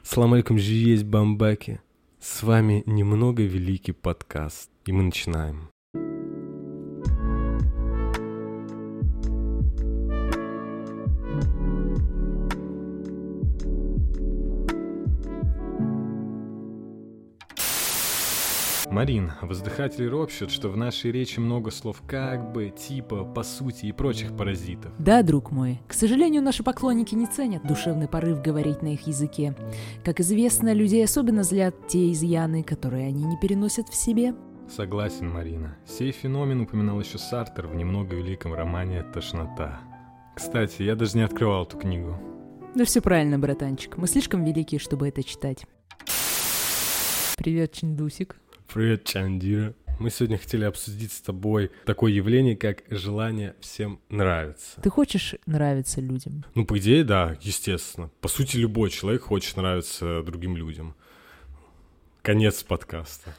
Салам алейкум, есть бамбаки. С вами немного великий подкаст. И мы начинаем. Марин, воздыхатели ропщут, что в нашей речи много слов как бы, типа, по сути и прочих паразитов. Да, друг мой, к сожалению, наши поклонники не ценят душевный порыв говорить на их языке. Как известно, людей особенно злят те изъяны, которые они не переносят в себе. Согласен, Марина. Сей феномен упоминал еще Сартр в немного великом романе «Тошнота». Кстати, я даже не открывал эту книгу. Да все правильно, братанчик, мы слишком великие, чтобы это читать. Привет, Чиндусик. Привет, Чандира. Мы сегодня хотели обсудить с тобой такое явление, как желание всем нравиться. Ты хочешь нравиться людям? Ну, по идее, да, естественно. По сути, любой человек хочет нравиться другим людям. Конец подкаста.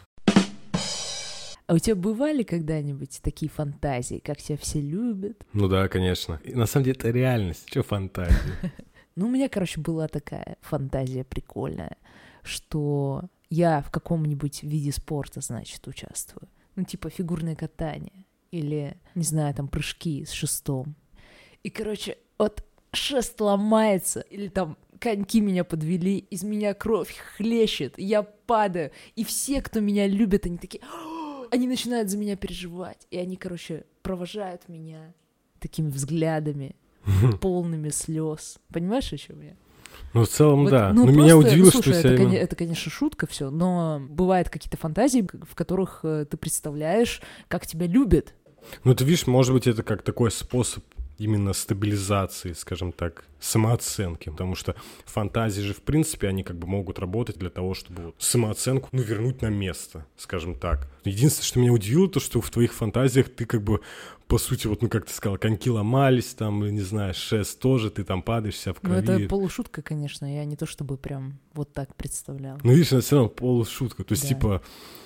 А у тебя бывали когда-нибудь такие фантазии, как тебя все любят? Ну да, конечно. И на самом деле это реальность, что фантазия? Ну, у меня, была такая фантазия прикольная, что я в каком-нибудь виде спорта, значит, участвую. Ну, типа фигурное катание или, не знаю, там прыжки с шестом. И, вот шест ломается, или там коньки меня подвели, из меня кровь хлещет, я падаю. И все, кто меня любит, они такие... Они начинают за меня переживать. И они, провожают меня такими взглядами, полными слез. Понимаешь, о чем я? Ну, в целом, вот, да. Но просто, меня удивило, слушай, что это, конечно, шутка все, но бывают какие-то фантазии, в которых ты представляешь, как тебя любят. Ну, ты видишь, может быть, это как такой способ именно стабилизации, скажем так, самооценки, потому что фантазии же, в принципе, они как бы могут работать для того, чтобы вот самооценку, вернуть на место, скажем так. Единственное, что меня удивило, то, что в твоих фантазиях ты как бы, по сути, вот, как ты сказал, коньки ломались, там, не знаю, шест тоже, ты там падаешь вся в крови. Ну, это полушутка, конечно, я не то чтобы прям вот так представляла. Ну, видишь, это все равно полушутка, то есть, да. типа,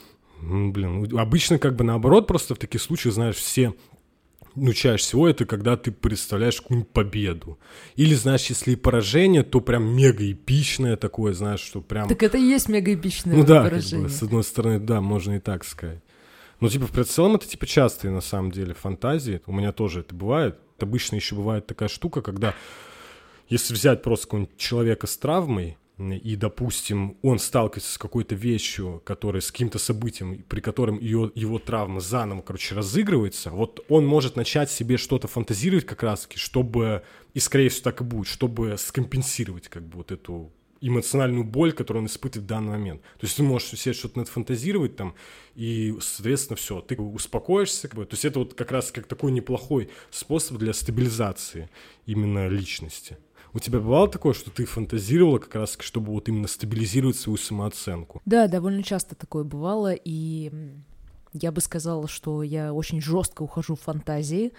обычно как бы наоборот, просто в таких случаях, знаешь, все... чаще всего это когда ты представляешь какую-нибудь победу. Или, знаешь, если и поражение, то прям мега эпичное такое, знаешь, что прям... Так это и есть мега эпичное как поражение. бы, с одной стороны, да, можно и так сказать. Но, в целом это, частые, на самом деле, фантазии. У меня тоже это бывает. Обычно еще бывает такая штука, когда, если взять просто какого-нибудь человека с травмой, и, допустим, он сталкивается с какой-то вещью, с каким-то событием, при котором его травма заново, разыгрывается, вот он может начать себе что-то фантазировать как раз-таки, чтобы, и скорее всего так и будет, чтобы скомпенсировать как бы вот эту эмоциональную боль, которую он испытывает в данный момент. То есть ты можешь себе что-то нафантазировать там, и, соответственно, все, ты успокоишься. То есть это вот как раз как такой неплохой способ для стабилизации именно личности. У тебя бывало такое, что ты фантазировала как раз, чтобы вот именно стабилизировать свою самооценку? Да, довольно часто такое бывало, и я бы сказала, что я очень жестко ухожу в фантазии.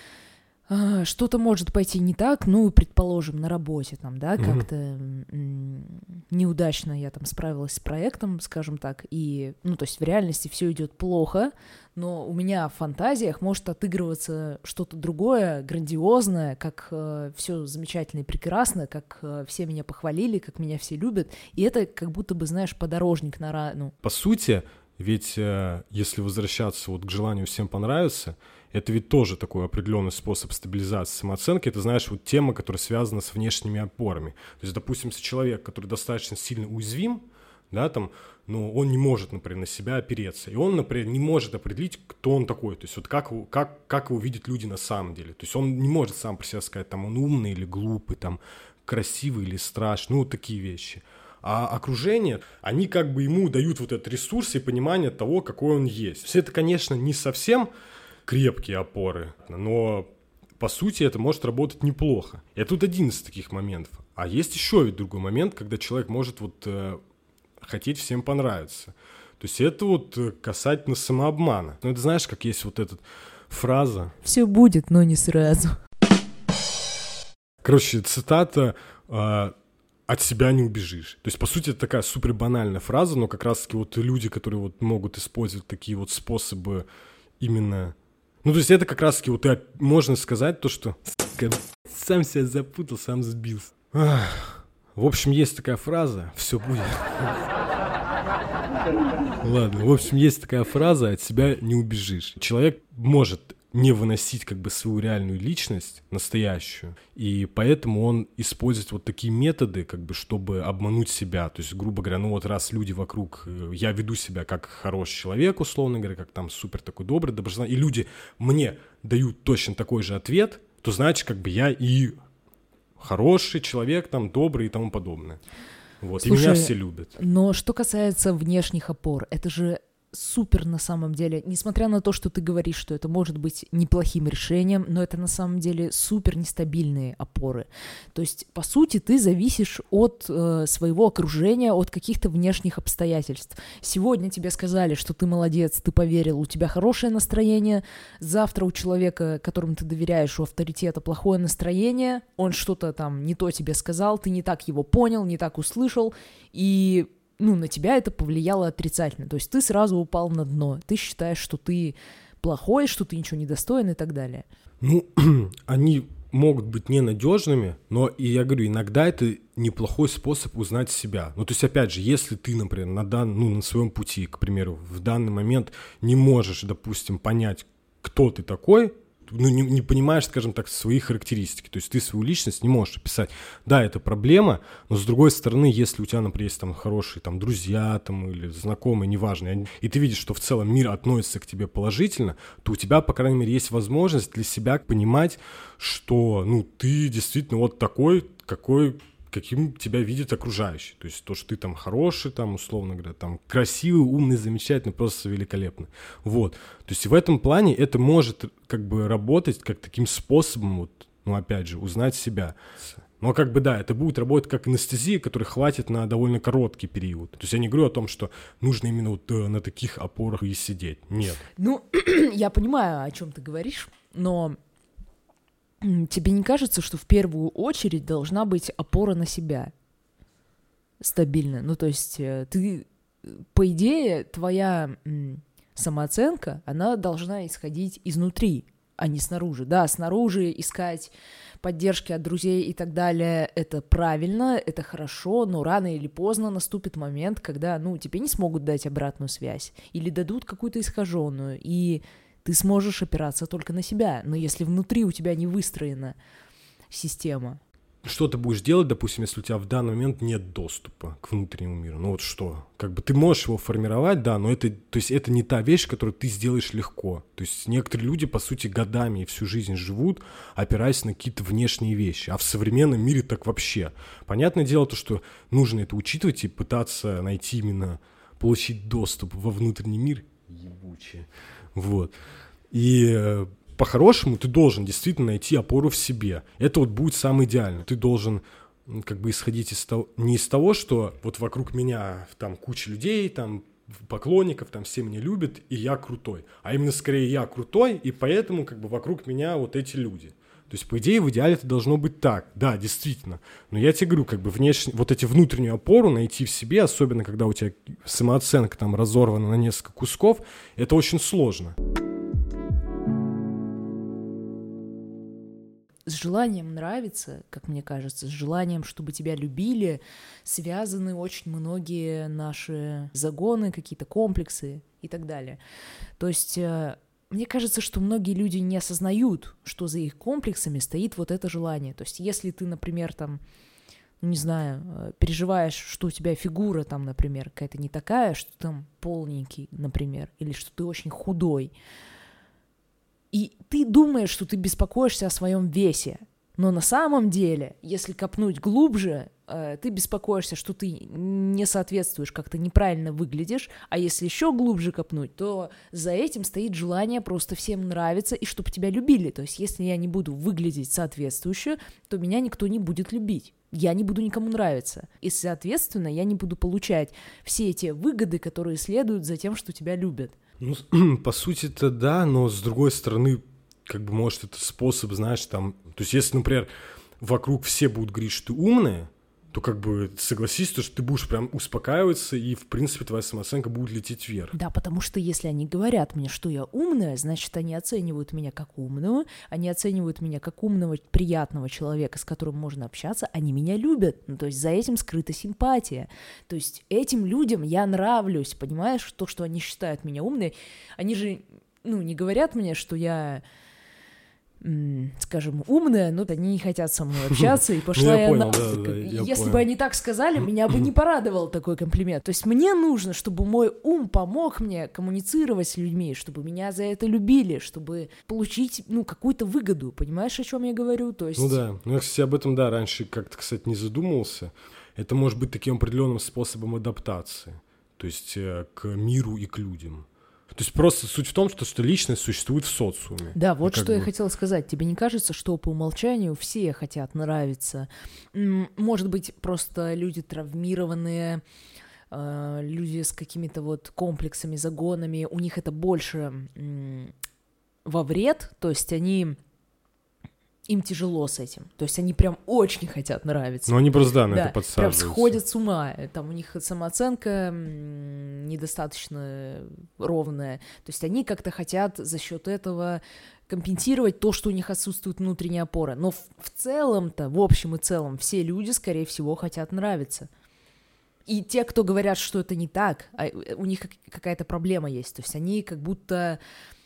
Что-то может пойти не так, предположим, на работе там, да, как-то неудачно я там справилась с проектом, скажем так, и, то есть в реальности все идет плохо, но у меня в фантазиях может отыгрываться что-то другое, грандиозное, как все замечательно и прекрасно, как все меня похвалили, как меня все любят, и это как будто бы, знаешь, подорожник на рану. По сути, ведь если возвращаться вот к желанию всем понравиться, это ведь тоже такой определенный способ стабилизации самооценки. Это, знаешь, вот тема, которая связана с внешними опорами. То есть, допустим, если человек, который достаточно сильно уязвим, да, там, он не может, например, на себя опереться. И он, например, не может определить, кто он такой. То есть вот как его видят люди на самом деле. То есть он не может сам про себя сказать, там, он умный или глупый, там, красивый или страшный, вот такие вещи. А окружение, они как бы ему дают вот этот ресурс и понимание того, какой он есть. Все это, конечно, не совсем крепкие опоры, но по сути это может работать неплохо. И тут один из таких моментов. А есть еще ведь другой момент, когда человек может вот хотеть всем понравиться. То есть это вот касательно самообмана. Ну это знаешь, как есть вот эта фраза. Все будет, но не сразу. Цитата «от себя не убежишь». То есть, по сути, это такая супер банальная фраза, но как раз-таки вот люди, которые вот могут использовать такие вот способы именно... то есть это как раз-таки вот можно сказать то, что сам себя запутал, сам сбился. В общем, есть такая фраза, все будет. Ладно, в общем, есть такая фраза, от себя не убежишь. Человек может не выносить как бы свою реальную личность, настоящую, и поэтому он использует вот такие методы, как бы, чтобы обмануть себя. То есть, грубо говоря, ну вот раз люди вокруг, я веду себя как хороший человек, условно говоря, как там супер такой добрый, доброжелательный, и люди мне дают точно такой же ответ, то значит, как бы я и хороший человек, там, добрый и тому подобное. Вот, слушай, и меня все любят. Но что касается внешних опор, это же супер на самом деле, несмотря на то, что ты говоришь, что это может быть неплохим решением, но это на самом деле супер нестабильные опоры. То есть, по сути, ты зависишь от своего окружения, от каких-то внешних обстоятельств. Сегодня тебе сказали, что ты молодец, ты поверил, у тебя хорошее настроение, завтра у человека, которому ты доверяешь, у авторитета плохое настроение, он что-то там не то тебе сказал, ты не так его понял, не так услышал, и на тебя это повлияло отрицательно. То есть ты сразу упал на дно. Ты считаешь, что ты плохой, что ты ничего не достоин и так далее. Ну, они могут быть ненадежными, но, и я говорю, иногда это неплохой способ узнать себя. Ну, то есть, опять же, если ты, например, на своем пути, к примеру, в данный момент не можешь, допустим, понять, кто ты такой, не понимаешь, скажем так, свои характеристики. То есть ты свою личность не можешь описать. Да, это проблема, но с другой стороны, если у тебя, например, есть там хорошие там, друзья там, или знакомые, неважно, и ты видишь, что в целом мир относится к тебе положительно, то у тебя, по крайней мере, есть возможность для себя понимать, что ты действительно вот такой, каким тебя видят окружающие. То есть то, что ты там хороший, там, условно говоря, там, красивый, умный, замечательный, просто великолепный. Вот. То есть в этом плане это может как бы работать как таким способом, вот, опять же, узнать себя. Но как бы да, это будет работать как анестезия, которой хватит на довольно короткий период. То есть я не говорю о том, что нужно именно вот на таких опорах и сидеть. Нет. Я понимаю, о чем ты говоришь, но тебе не кажется, что в первую очередь должна быть опора на себя стабильная? Ну, то есть ты, по идее, твоя самооценка, она должна исходить изнутри, а не снаружи. Да, снаружи искать поддержки от друзей и так далее, это правильно, это хорошо, но рано или поздно наступит момент, когда, тебе не смогут дать обратную связь или дадут какую-то искаженную, и ты сможешь опираться только на себя, но если внутри у тебя не выстроена система. Что ты будешь делать, допустим, если у тебя в данный момент нет доступа к внутреннему миру? Ну вот что? Как бы ты можешь его формировать, да, но это не та вещь, которую ты сделаешь легко. То есть некоторые люди, по сути, годами и всю жизнь живут, опираясь на какие-то внешние вещи. А в современном мире так вообще. Понятное дело, то, что нужно это учитывать и пытаться найти именно, получить доступ во внутренний мир. Ебучие. Вот. И по-хорошему ты должен действительно найти опору в себе. Это вот будет самое идеальное. Ты должен как бы исходить не из того, что вот вокруг меня там куча людей, там поклонников, там все меня любят, и я крутой. А именно скорее я крутой, и поэтому как бы вокруг меня вот эти люди. То есть, по идее, в идеале это должно быть так. Да, действительно. Но я тебе говорю, как бы вот эти внутреннюю опору найти в себе, особенно когда у тебя самооценка там разорвана на несколько кусков, это очень сложно. С желанием нравиться, как мне кажется, с желанием, чтобы тебя любили, связаны очень многие наши загоны, какие-то комплексы и так далее. То есть мне кажется, что многие люди не осознают, что за их комплексами стоит вот это желание. То есть если ты, например, там, не знаю, переживаешь, что у тебя фигура там, например, какая-то не такая, что ты там полненький, например, или что ты очень худой, и ты думаешь, что ты беспокоишься о своем весе, но на самом деле, если копнуть глубже, ты беспокоишься, что ты не соответствуешь, как-то неправильно выглядишь, а если еще глубже копнуть, то за этим стоит желание просто всем нравиться и чтобы тебя любили. То есть если я не буду выглядеть соответствующе, то меня никто не будет любить. Я не буду никому нравиться. И, соответственно, я не буду получать все эти выгоды, которые следуют за тем, что тебя любят. Ну, по сути-то да, но с другой стороны, как бы, может, это способ, знаешь, там... То есть, если, например, вокруг все будут говорить, что ты умная, то как бы согласись, то, что ты будешь прям успокаиваться, и, в принципе, твоя самооценка будет лететь вверх. Да, потому что если они говорят мне, что я умная, значит, они оценивают меня как умную, они оценивают меня как умного, приятного человека, с которым можно общаться, они меня любят. Ну, то есть за этим скрыта симпатия. То есть этим людям я нравлюсь, понимаешь? То, что они считают меня умной, они же, не говорят мне, что я... скажем, умная, но они не хотят со мной общаться, и пошла я понял, Если бы они так сказали, меня бы не порадовал такой комплимент. То есть мне нужно, чтобы мой ум помог мне коммуницировать с людьми, чтобы меня за это любили, чтобы получить, какую-то выгоду. Понимаешь, о чем я говорю? То есть... Ну да. Я, кстати, об этом, раньше как-то, кстати, не задумывался. Это может быть таким определенным способом адаптации, то есть к миру и к людям. То есть просто суть в том, что личность существует в социуме. Да, вот что я хотела сказать. Тебе не кажется, что по умолчанию все хотят нравиться? Может быть, просто люди травмированные, люди с какими-то вот комплексами, загонами, у них это больше во вред, то есть им тяжело с этим. То есть они прям очень хотят нравиться. Ну, они просто, на это подсаживаются. Прям сходят с ума. Там у них самооценка недостаточно ровная. То есть они как-то хотят за счет этого компенсировать то, что у них отсутствует внутренняя опора. Но в целом-то, в общем и целом, все люди, скорее всего, хотят нравиться. И те, кто говорят, что это не так, у них какая-то проблема есть. То есть они как будто...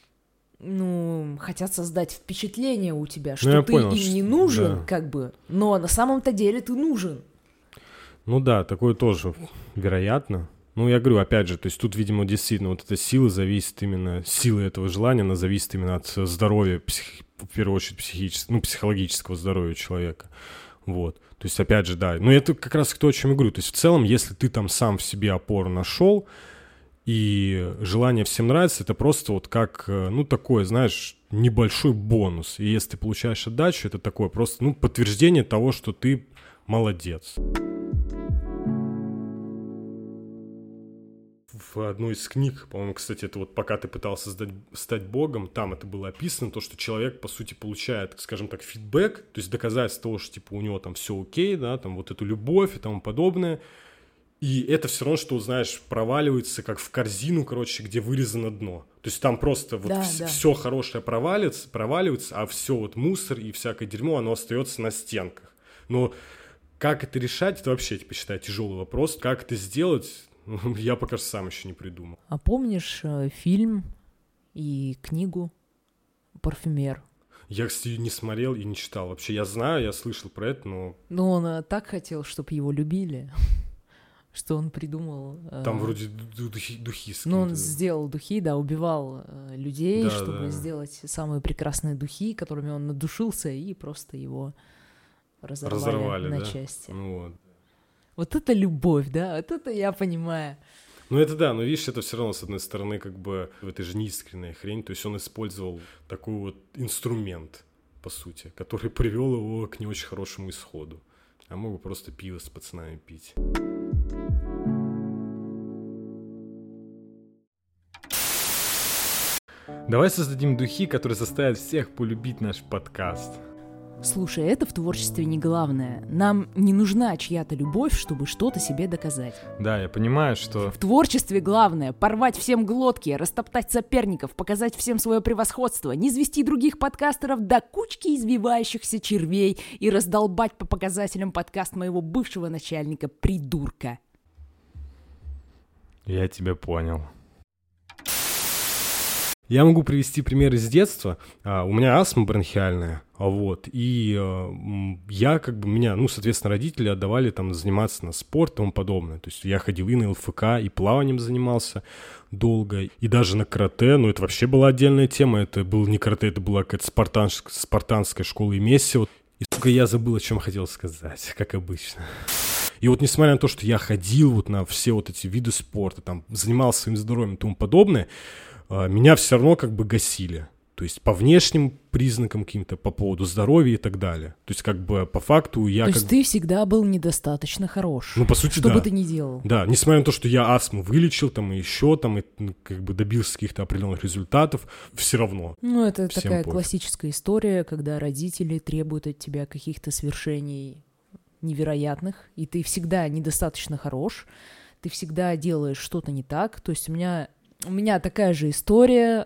хотят создать впечатление у тебя, что ты понял, им не нужен, как бы, но на самом-то деле ты нужен. Ну да, такое тоже вероятно. Я говорю, опять же, то есть тут, видимо, действительно вот эта сила зависит именно, сила этого желания, она зависит именно от здоровья, в первую очередь, психологического здоровья человека. Вот. То есть, опять же, да. Но это как раз то, о чем я говорю. То есть, в целом, если ты там сам в себе опору нашел, и желание всем нравится, это просто вот как, такой, знаешь, небольшой бонус. И если ты получаешь отдачу, это такое просто, подтверждение того, что ты молодец. В одной из книг, по-моему, кстати, это вот пока ты пытался стать Богом, там это было описано, то, что человек, по сути, получает, скажем так, фидбэк, то есть доказательство того, что, типа, у него там все окей, да, там вот эту любовь и тому подобное. И это все равно, что, знаешь, проваливается как в корзину, где вырезано дно. То есть там просто все хорошее проваливается, а все вот мусор и всякое дерьмо, оно остается на стенках. Но как это решать, это вообще, считаю, тяжелый вопрос. Как это сделать, я пока что сам еще не придумал. А помнишь фильм и книгу «Парфюмер»? Я, кстати, не смотрел и не читал. Вообще, я знаю, я слышал про это, но... Но он так хотел, чтобы его любили, что он придумал... Там вроде духи. Он сделал духи, убивал людей, чтобы сделать самые прекрасные духи, которыми он надушился, и просто его разорвали на части. Вот это любовь, да? Вот это я понимаю. Это да, но видишь, это все равно, с одной стороны, это же неискренняя хрень, то есть он использовал такой вот инструмент, по сути, который привел его к не очень хорошему исходу. А мог бы просто пиво с пацанами пить. Давай создадим духи, которые заставят всех полюбить наш подкаст. Слушай, это в творчестве не главное. Нам не нужна чья-то любовь, чтобы что-то себе доказать. Да, я понимаю, что... В творчестве главное — порвать всем глотки, растоптать соперников, показать всем свое превосходство, не звести других подкастеров до кучки извивающихся червей и раздолбать по показателям подкаст моего бывшего начальника-придурка. Я тебя понял. Я могу привести пример из детства. У меня астма бронхиальная, и меня, соответственно, родители отдавали там заниматься на спорт и тому подобное. То есть я ходил и на ЛФК, и плаванием занимался долго, и даже на карате, это вообще была отдельная тема. Это был не карате, это была какая-то спартанская школа и месиво. И, я забыл, о чем хотел сказать, как обычно. И несмотря на то, что я ходил на все эти виды спорта, там, занимался своим здоровьем и тому подобное, меня все равно гасили. То есть по внешним признакам каким-то, по поводу здоровья и так далее. То есть по факту я... То есть ты всегда был недостаточно хорош. По сути, что бы ты ни делал. Да, несмотря на то, что я астму вылечил, и еще, добился каких-то определенных результатов, все равно. Это такая классическая история, когда родители требуют от тебя каких-то свершений невероятных, и ты всегда недостаточно хорош, ты всегда делаешь что-то не так. То есть у меня такая же история,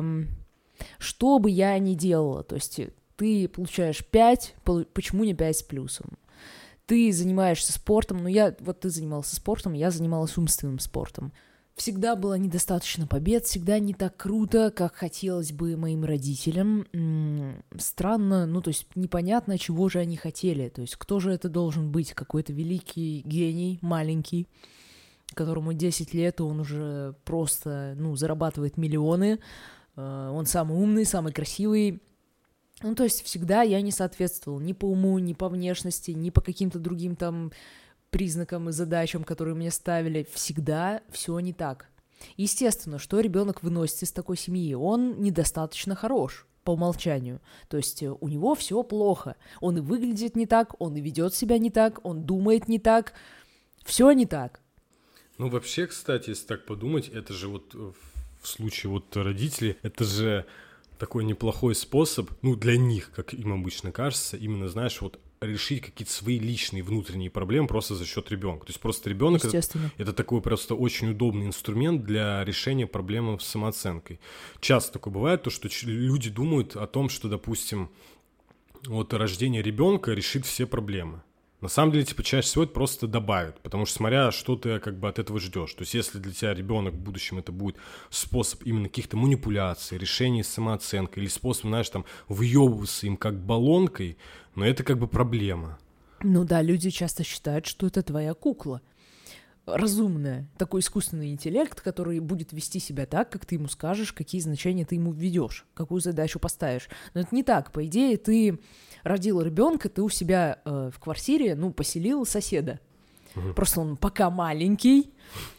что бы я ни делала. То есть ты получаешь 5, почему не 5 с плюсом? Ты занимаешься спортом, ты занимался спортом, я занималась умственным спортом. Всегда было недостаточно побед, всегда не так круто, как хотелось бы моим родителям. Странно, то есть непонятно, чего же они хотели. То есть кто же это должен быть? Какой-то великий гений, маленький, которому 10 лет, и он уже просто, зарабатывает миллионы. Он самый умный, самый красивый. То есть всегда я не соответствовала ни по уму, ни по внешности, ни по каким-то другим там признакам и задачам, которые мне ставили. Всегда все не так. Естественно, что ребенок выносит из такой семьи? Он недостаточно хорош по умолчанию. То есть у него все плохо. Он и выглядит не так, он и ведет себя не так, он думает не так. Все не так. Вообще, кстати, если так подумать, это же вот в случае родителей, это же такой неплохой способ, для них, как им обычно кажется, именно, знаешь, решить какие-то свои личные внутренние проблемы просто за счет ребенка. То есть просто ребенок это такой просто очень удобный инструмент для решения проблемы с самооценкой. Часто такое бывает, то, что люди думают о том, что, допустим, рождение ребенка решит все проблемы. На самом деле, чаще всего это просто добавит, потому что смотря, что ты от этого ждешь. То есть, если для тебя ребенок в будущем это будет способ именно каких-то манипуляций, решений с самооценкой или способ, знаешь, выебываться им как баллонкой, но это проблема. Люди часто считают, что это твоя кукла. Разумная, такой искусственный интеллект, который будет вести себя так, как ты ему скажешь, какие значения ты ему введешь, какую задачу поставишь. Но это не так. По идее, ты родил ребенка, ты у себя в квартире, поселил соседа. Просто он пока маленький,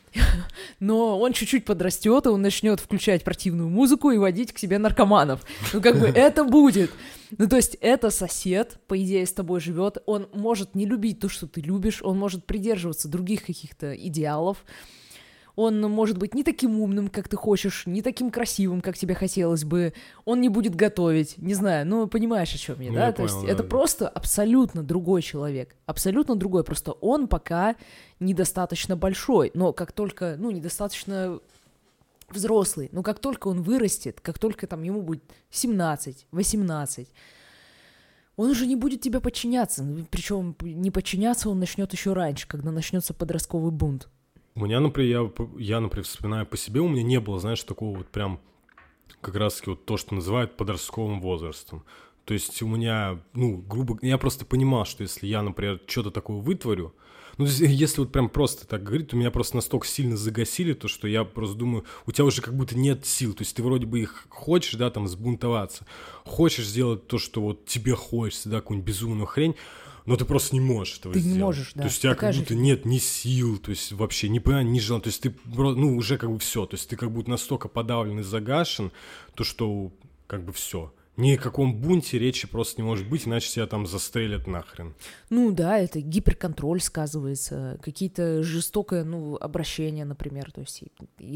но он чуть-чуть подрастет, и он начнет включать противную музыку и водить к себе наркоманов. Это будет. То есть это сосед, по идее, с тобой живет. Он может не любить то, что ты любишь, он может придерживаться других каких-то идеалов. Он может быть не таким умным, как ты хочешь, не таким красивым, как тебе хотелось бы. Он не будет готовить. Не знаю, понимаешь, о чем я, да? То есть это просто абсолютно другой человек. Абсолютно другой. Просто он пока недостаточно большой. Но как только, недостаточно взрослый. Но как только он вырастет, как только ему будет 17, 18, он уже не будет тебе подчиняться. Причем не подчиняться он начнет еще раньше, когда начнется подростковый бунт. У меня, например, я, вспоминаю по себе, у меня не было, знаешь, такого прям как раз-таки то, что называют подростковым возрастом. То есть у меня, я просто понимал, что если я, например, что-то такое вытворю, если прям просто так говорить, то меня просто настолько сильно загасили, то, что я просто думаю, у тебя уже как будто нет сил, то есть ты вроде бы их хочешь, да, сбунтоваться, хочешь сделать то, что тебе хочется, да, какую-нибудь безумную хрень, но ты просто не можешь этого сделать. Ты не можешь, да. То есть у тебя как будто нет ни сил, то есть вообще ни желания, то есть ты, уже все, то есть ты как будто настолько подавлен и загашен, то что все. Ни о каком бунте речи просто не может быть, иначе тебя застрелят нахрен. Да, это гиперконтроль сказывается, какие-то жестокое, обращение, например, то есть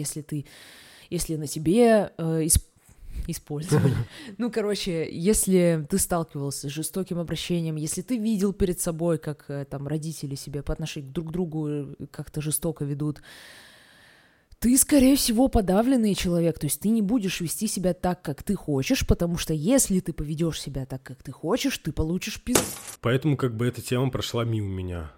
если на тебе использовали. Если ты сталкивался с жестоким обращением, если ты видел перед собой, как родители себя по отношению друг к другу как-то жестоко ведут, ты, скорее всего, подавленный человек, то есть ты не будешь вести себя так, как ты хочешь, потому что если ты поведешь себя так, как ты хочешь, ты получишь пизду. Поэтому эта тема прошла мимо меня.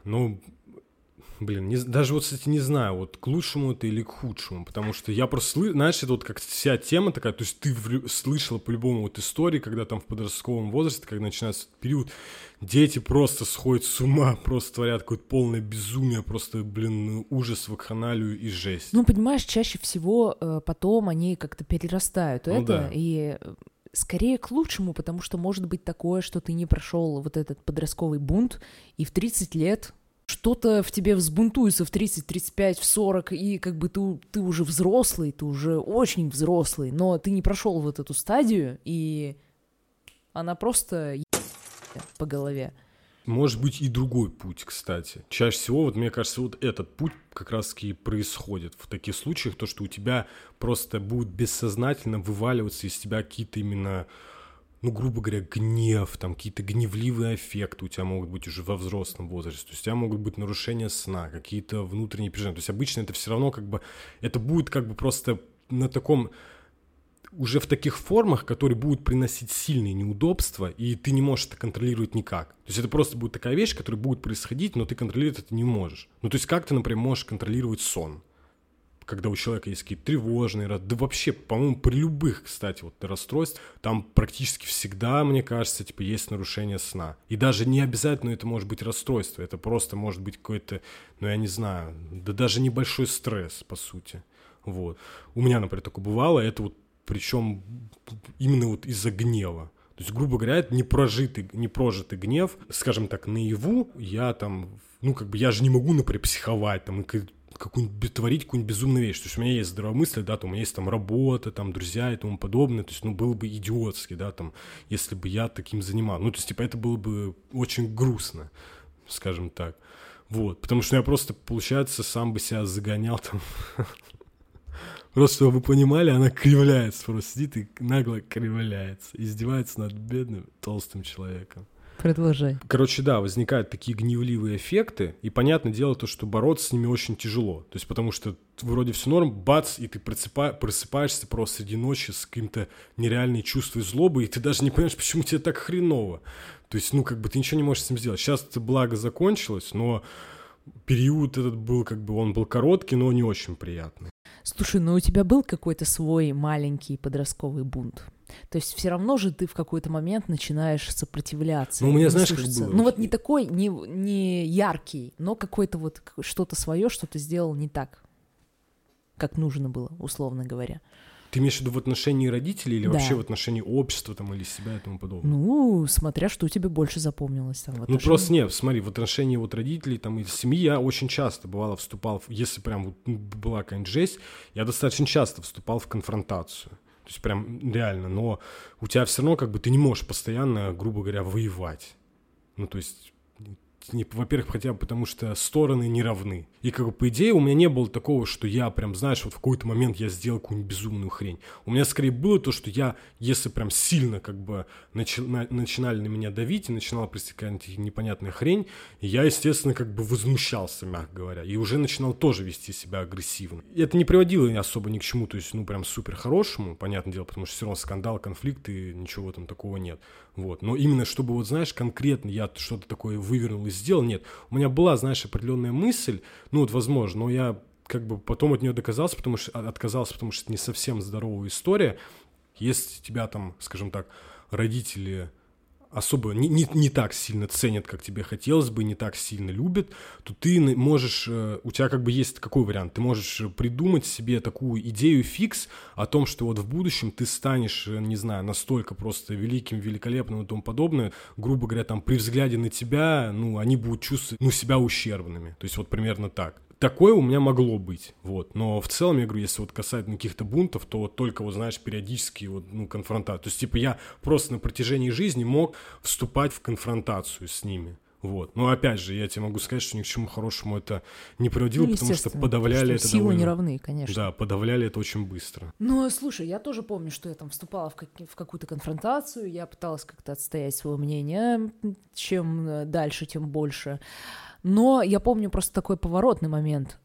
Даже кстати, не знаю, к лучшему это или к худшему, потому что я просто, знаешь, это как вся тема такая, то есть ты слышала по-любому истории, когда в подростковом возрасте, когда начинается этот период, дети просто сходят с ума, просто творят какое-то полное безумие, просто, ужас, вакханалию и жесть. Понимаешь, чаще всего потом они как-то перерастают да. И скорее к лучшему, потому что может быть такое, что ты не прошел этот подростковый бунт, и в 30 лет что-то в тебе взбунтуется в 30, 35, в 40, и ты уже взрослый, ты уже очень взрослый, но ты не прошел эту стадию, и она просто по голове. Может быть и другой путь, кстати. Чаще всего, мне кажется, этот путь как раз-таки и происходит в таких случаях, то, что у тебя просто будут бессознательно вываливаться из тебя какие-то именно ну, грубо говоря, гнев, там какие-то гневливые аффекты у тебя могут быть уже во взрослом возрасте, то есть у тебя могут быть нарушения сна, какие-то внутренние переживания, то есть обычно это все равно как бы, это будет как бы просто на таком, уже в таких формах, которые будут приносить сильные неудобства, и ты не можешь это контролировать никак. То есть это просто будет такая вещь, которая будет происходить, но ты контролировать это не можешь. Ну, то есть как ты, например, можешь контролировать сон? Когда у человека есть какие-то тревожные, да вообще, по-моему, при любых, кстати, вот расстройствах, там практически всегда, мне кажется, типа есть нарушение сна. И даже не обязательно это может быть расстройство, это просто может быть какой-то, ну я не знаю, да даже небольшой стресс, по сути. Вот. У меня, например, такое бывало, это вот причем именно вот из-за гнева. То есть, грубо говоря, это непрожитый гнев, скажем так, наяву я там, ну как бы я же не могу, например, психовать там и творить какую-нибудь безумную вещь. То есть у меня есть здравомыслие, да, там, у меня есть там работа, там, друзья и тому подобное. То есть, ну, было бы идиотски, да, там, если бы я таким занимал. Ну, то есть, типа, это было бы очень грустно, скажем так. Вот. Потому что я просто, получается, сам бы себя загонял там. Просто, чтобы вы понимали, она кривляется, просто сидит и нагло кривляется. Издевается над бедным толстым человеком. Продолжай. Короче, да, возникают такие гневливые эффекты, и понятное дело то, что бороться с ними очень тяжело. То есть потому что вроде все норм, бац, и ты просыпаешься просто среди ночи с каким-то нереальным чувством злобы, и ты даже не понимаешь, почему тебе так хреново. То есть, ну, как бы ты ничего не можешь с этим сделать. Сейчас это благо закончилось, но период этот был, как бы, он был короткий, но не очень приятный. Слушай, ну у тебя был какой-то свой маленький подростковый бунт? То есть все равно же ты в какой-то момент начинаешь сопротивляться. Ну, у меня, знаешь, как было? Ну, вот не такой, не яркий, но какой-то вот что-то свое, что ты сделал не так, как нужно было, условно говоря. Ты имеешь в виду в отношении родителей или Да. вообще в отношении общества там, или себя и тому подобное? Ну, смотря что тебе больше запомнилось там в отношении. Ну, просто нет, смотри, в отношении вот родителей там и семьи я очень часто бывало вступал, если прям вот была какая-нибудь жесть, я достаточно часто вступал в конфронтацию. То есть прям реально, но у тебя все равно как бы ты не можешь постоянно, грубо говоря, воевать. Ну, то есть, во-первых, хотя бы потому что стороны не равны. И как бы по идее у меня не было такого, что я прям, знаешь, вот в какой-то момент я сделал какую-нибудь безумную хрень. У меня скорее было то, что я, если прям сильно как бы начинали на меня давить и начинала проистекать непонятная хрень, я, естественно, как бы возмущался, мягко говоря, и уже начинал тоже вести себя агрессивно. И это не приводило особо ни к чему, то есть, ну, прям супер хорошему, понятное дело, потому что все равно скандал, конфликт и ничего в этом такого нет. Вот. Но именно чтобы, вот, знаешь, конкретно я что-то такое вывернул и сделал, нет. У меня была, знаешь, определенная мысль, ну вот, возможно, но я как бы потом от нее отказался, потому что это не совсем здоровая история. Если тебя там, скажем так, родители особо не так сильно ценят, как тебе хотелось бы, не так сильно любят, то ты можешь, у тебя как бы есть какой вариант? Ты можешь придумать себе такую идею фикс о том, что вот в будущем ты станешь, не знаю, настолько просто великим, великолепным и тому подобное, грубо говоря, там при взгляде на тебя, ну, они будут чувствовать, ну, себя ущербными. То есть вот примерно так. Такое у меня могло быть, вот. Но в целом, я говорю, если вот касательно каких-то бунтов, то вот только, вот знаешь, периодически вот, ну, конфронтация. То есть, типа, я просто на протяжении жизни мог вступать в конфронтацию с ними, вот. Но опять же, я тебе могу сказать, что ни к чему хорошему это не приводило, ну, потому что подавляли это силы довольно... не равны, конечно. Да, подавляли это очень быстро. Ну, слушай, я тоже помню, что я там вступала в какую-то конфронтацию, я пыталась как-то отстоять свое мнение, чем дальше, тем больше. Но я помню просто такой поворотный момент,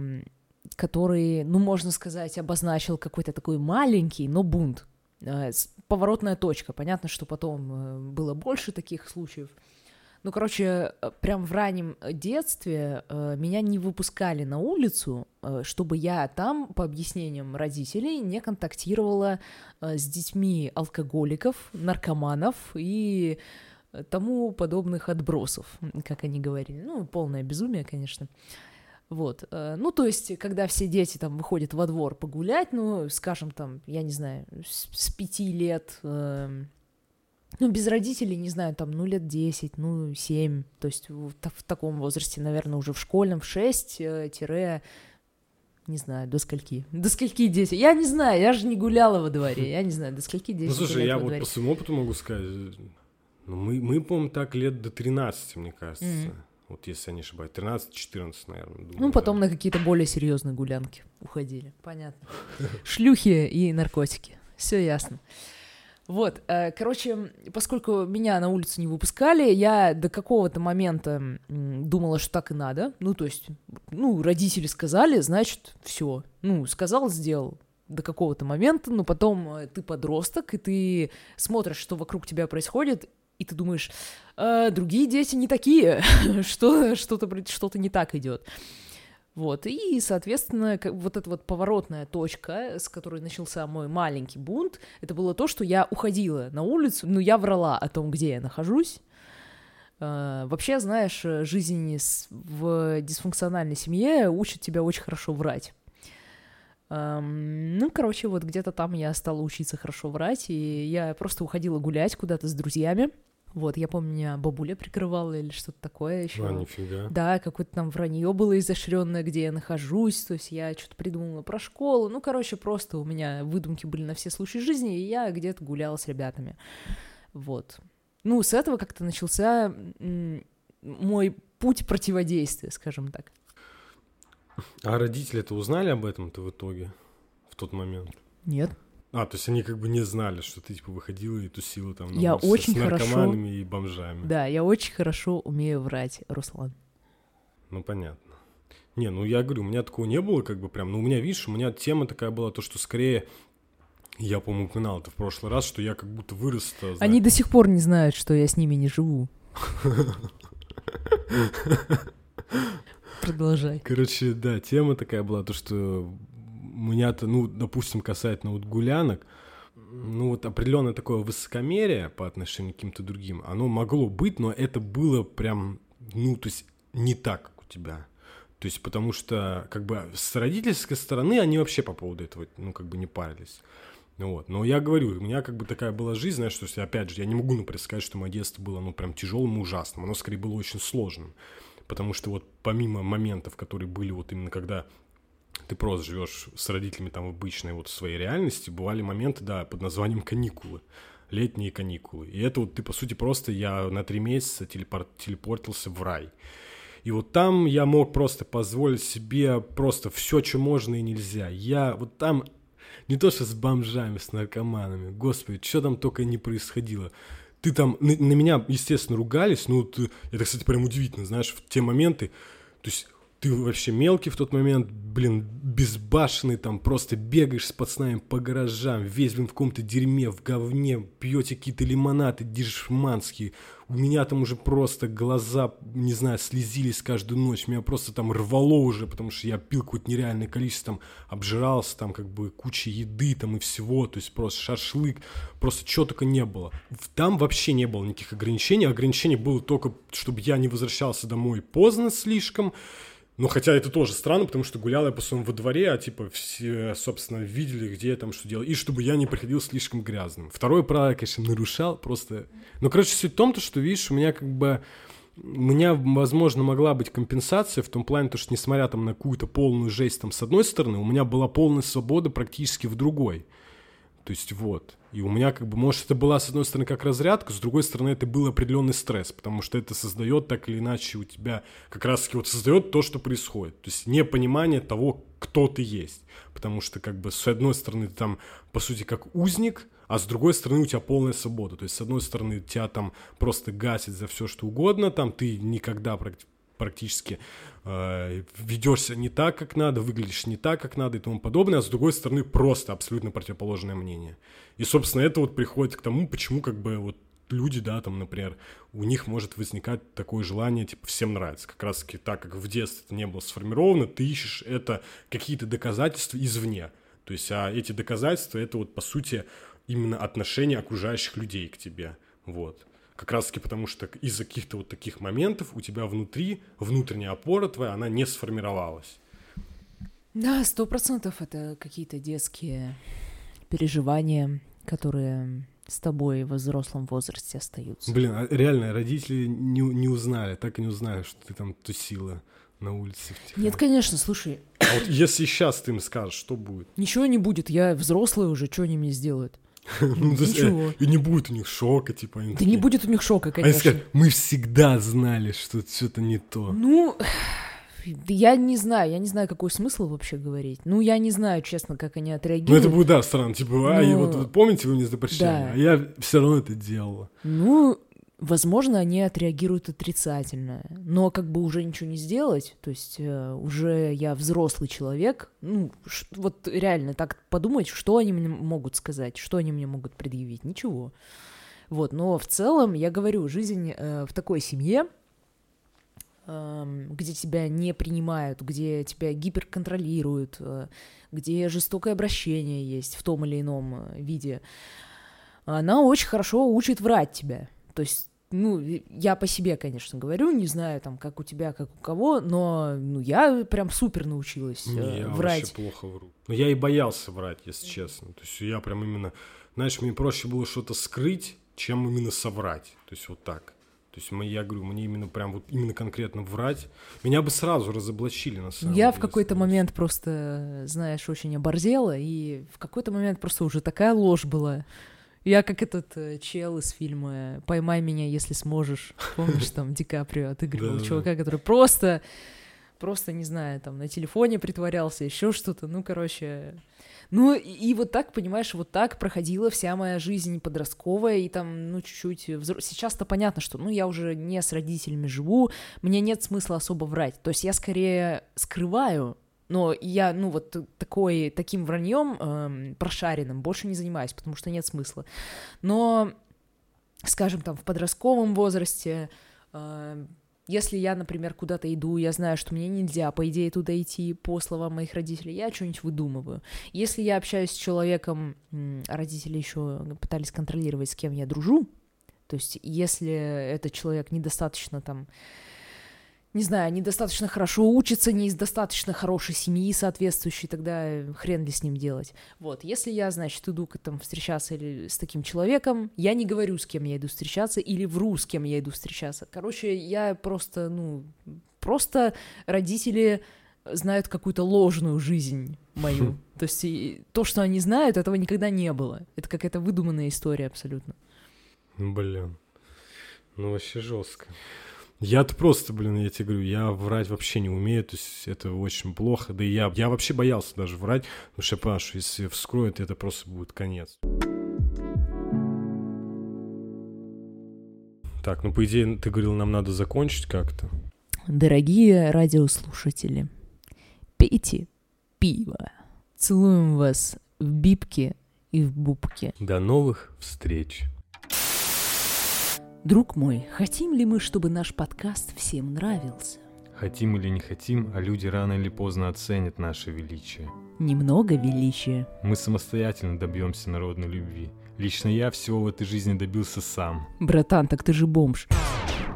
который, ну, можно сказать, обозначил какой-то такой маленький, но бунт. Поворотная точка. Понятно, что потом было больше таких случаев. Ну, короче, прям в раннем детстве меня не выпускали на улицу, чтобы я там, по объяснениям родителей, не контактировала с детьми алкоголиков, наркоманов и тому подобных отбросов, как они говорили. Ну, полное безумие, конечно. Вот. Ну, то есть, когда все дети там выходят во двор погулять, ну, скажем, там, я не знаю, с 5 лет, ну, без родителей, не знаю, там, ну, лет 10, ну, 7, то есть в таком возрасте, наверное, уже в школьном, в 6 не знаю, до скольки дети, я не знаю, я же не гуляла во дворе, я не знаю, до скольки дети. Ну, слушай, я вот по своему опыту могу сказать, ну, мы, по-моему, так лет до 13, мне кажется. Вот если я не ошибаюсь, 13-14, наверное. Думаю, ну, потом на какие-то более серьезные гулянки уходили. Понятно. Шлюхи и наркотики. Все ясно. Вот, короче, поскольку меня на улицу не выпускали, я до какого-то момента думала, что так и надо. Ну, то есть, родители сказали, значит, все. Сказал, сделал. До какого-то момента, но потом ты подросток, и ты смотришь, что вокруг тебя происходит, и ты думаешь, другие дети не такие, что-то не так идет. Вот, и, соответственно, вот эта вот поворотная точка, с которой начался мой маленький бунт, это было то, что я уходила на улицу, но я врала о том, где я нахожусь. Вообще, знаешь, жизнь в дисфункциональной семье учит тебя очень хорошо врать. Короче, вот где-то там я стала учиться хорошо врать, и я просто уходила гулять куда-то с друзьями. Вот, я помню, меня бабуля прикрывала или что-то такое еще. Нифига. Да, какое-то там вранье было изощренное, где я нахожусь, то есть я что-то придумала про школу. Короче, просто у меня выдумки были на все случаи жизни, и я где-то гуляла с ребятами. Вот. С этого как-то начался мой путь противодействия, скажем так. А родители-то узнали об этом-то в итоге, в тот момент? Нет. То есть они как бы не знали, что ты типа выходила и тусила там я очень с наркоманами и бомжами. Да, я очень хорошо умею врать, Руслан. Понятно. Я говорю, у меня такого не было, как бы прям, у меня, видишь, у меня тема такая была, то, что скорее, я, по-моему, упоминал это в прошлый раз, что я как будто вырос. Они до сих пор не знают, что я с ними не живу. Продолжай. Короче, да, тема такая была, то, что у меня-то, допустим, касательно вот гулянок, определенное такое высокомерие по отношению к каким-то другим, оно могло быть, но это было прям, то есть не так, как у тебя. То есть потому что, как бы, с родительской стороны они вообще по поводу этого, как бы не парились. Вот. Но я говорю, у меня как бы такая была жизнь, знаешь, что, опять же, я не могу, например, сказать, что мое детство было, прям тяжелым и ужасным. Оно, скорее, было очень сложным. Потому что вот помимо моментов, которые были вот именно когда ты просто живешь с родителями там в обычной вот своей реальности, бывали моменты, да, под названием каникулы, летние каникулы. И это вот ты, по сути, я на 3 месяца телепортился в рай. И вот там я мог просто позволить себе просто все, что можно и нельзя. Я вот там не то что с бомжами, с наркоманами, господи, что там только не происходило. Ты там, на меня, естественно, ругались, это, кстати, прям удивительно, знаешь, в те моменты, то есть ты вообще мелкий в тот момент, безбашенный, там просто бегаешь с пацанами по гаражам, весь, в каком-то дерьме, в говне, пьете какие-то лимонады дешманские, у меня там уже просто глаза, не знаю, слезились каждую ночь, меня просто там рвало уже, потому что я пил какое-то нереальное количество, там, обжирался, там, как бы, куча еды, там, и всего, то есть просто шашлык, просто чего только не было. Там вообще не было никаких ограничений, ограничение было только, чтобы я не возвращался домой поздно слишком. Хотя это тоже странно, потому что гулял я, по-своему, во дворе, а типа все, собственно, видели, где я там что делал. И чтобы я не приходил слишком грязным. Второе правило, конечно, нарушал просто. Суть в том, что, видишь, у меня, возможно, могла быть компенсация в том плане, что, несмотря там на какую-то полную жесть там с одной стороны, у меня была полная свобода практически в другой. То есть вот. И у меня как бы, может, это была с одной стороны как разрядка, с другой стороны это был определенный стресс, потому что это создает так или иначе у тебя как раз-таки вот создает то, что происходит. То есть непонимание того, кто ты есть. Потому что как бы с одной стороны ты там, по сути, как узник, а с другой стороны у тебя полная свобода. То есть с одной стороны тебя там просто гасят за все, что угодно, там ты никогда практически ведешься не так, как надо, выглядишь не так, как надо и тому подобное, а с другой стороны просто абсолютно противоположное мнение. И, собственно, это вот приходит к тому, почему как бы вот люди, да, там, например, у них может возникать такое желание, типа, всем нравится. Как раз-таки так, как в детстве это не было сформировано, ты ищешь это какие-то доказательства извне. То есть, а эти доказательства, это вот, по сути, именно отношение окружающих людей к тебе. Вот. Как раз-таки потому, что из-за каких-то вот таких моментов у тебя внутренняя опора твоя, она не сформировалась. Да, 100% это какие-то детские переживания, которые с тобой во взрослом возрасте остаются. Блин, реально, родители не узнали, так и не узнали, что ты там тусила на улице. Нет, конечно, слушай. А вот если сейчас ты им скажешь, что будет? Ничего не будет, я взрослый уже, что они мне сделают? Ничего. И не будет у них шока, типа. Да не будет у них шока, конечно. Они скажут, мы всегда знали, что что-то не то. Я не знаю, какой смысл вообще говорить. Ну, я не знаю, честно, как они отреагируют. Ну, это будет, да, странно. Типа, и вот помните, вы мне запрещали, да. а я все равно это делала. Ну, возможно, они отреагируют отрицательно, но как бы уже ничего не сделать, то есть уже я взрослый человек, ну, вот реально так подумать, что они мне могут сказать, что они мне могут предъявить, ничего. Вот, но в целом, я говорю, жизнь в такой семье, где тебя не принимают, где тебя гиперконтролируют, где жестокое обращение есть в том или ином виде, она очень хорошо учит врать тебя. То есть, ну, я по себе, конечно, говорю, не знаю, там, как у тебя, как у кого, но я прям супер научилась врать. Я вообще плохо вру. Но я и боялся врать, если честно. То есть я прям именно, знаешь, мне проще было что-то скрыть, чем именно соврать. То есть вот так. То есть я говорю, мне именно прям вот именно конкретно врать, меня бы сразу разоблачили на самом деле. Я в какой-то момент просто, знаешь, очень оборзела, и в какой-то момент просто уже такая ложь была. Я как этот чел из фильма «Поймай меня, если сможешь». Помнишь, там Ди Каприо отыгрывал чувака, который просто, не знаю, там на телефоне притворялся, еще что-то, ну, короче... Ну, и вот так, понимаешь, вот так проходила вся моя жизнь подростковая, и там, ну, чуть-чуть... Сейчас-то понятно, что, ну, я уже не с родителями живу, мне нет смысла особо врать. То есть я скорее скрываю, но я, ну, вот таким враньем прошаренным больше не занимаюсь, потому что нет смысла. Но, скажем, там, в подростковом возрасте... Если я, например, куда-то иду, я знаю, что мне нельзя, по идее, туда идти, по словам моих родителей, я что-нибудь выдумываю. Если я общаюсь с человеком, родители еще пытались контролировать, с кем я дружу, то есть если этот человек недостаточно там, не знаю, недостаточно хорошо учится, не из достаточно хорошей семьи соответствующей, тогда хрен ли с ним делать. Вот, если я, значит, иду там встречаться или с таким человеком, я не говорю, с кем я иду встречаться, или вру, с кем я иду встречаться. Короче, я просто родители знают какую-то ложную жизнь мою. То есть то, что они знают, этого никогда не было. Это какая-то выдуманная история абсолютно. Блин, ну вообще жестко. Я-то просто, я тебе говорю, я врать вообще не умею, то есть это очень плохо. Да и я вообще боялся даже врать, потому что я понял, что если вскроют, это просто будет конец. Так, ну по идее, ты говорил, нам надо закончить как-то. Дорогие радиослушатели, пейте пиво. Целуем вас в бибке и в бубке. До новых встреч. Друг мой, хотим ли мы, чтобы наш подкаст всем нравился? Хотим или не хотим, а люди рано или поздно оценят наше величие. Немного величия. Мы самостоятельно добьемся народной любви. Лично я всего в этой жизни добился сам. Братан, так ты же бомж.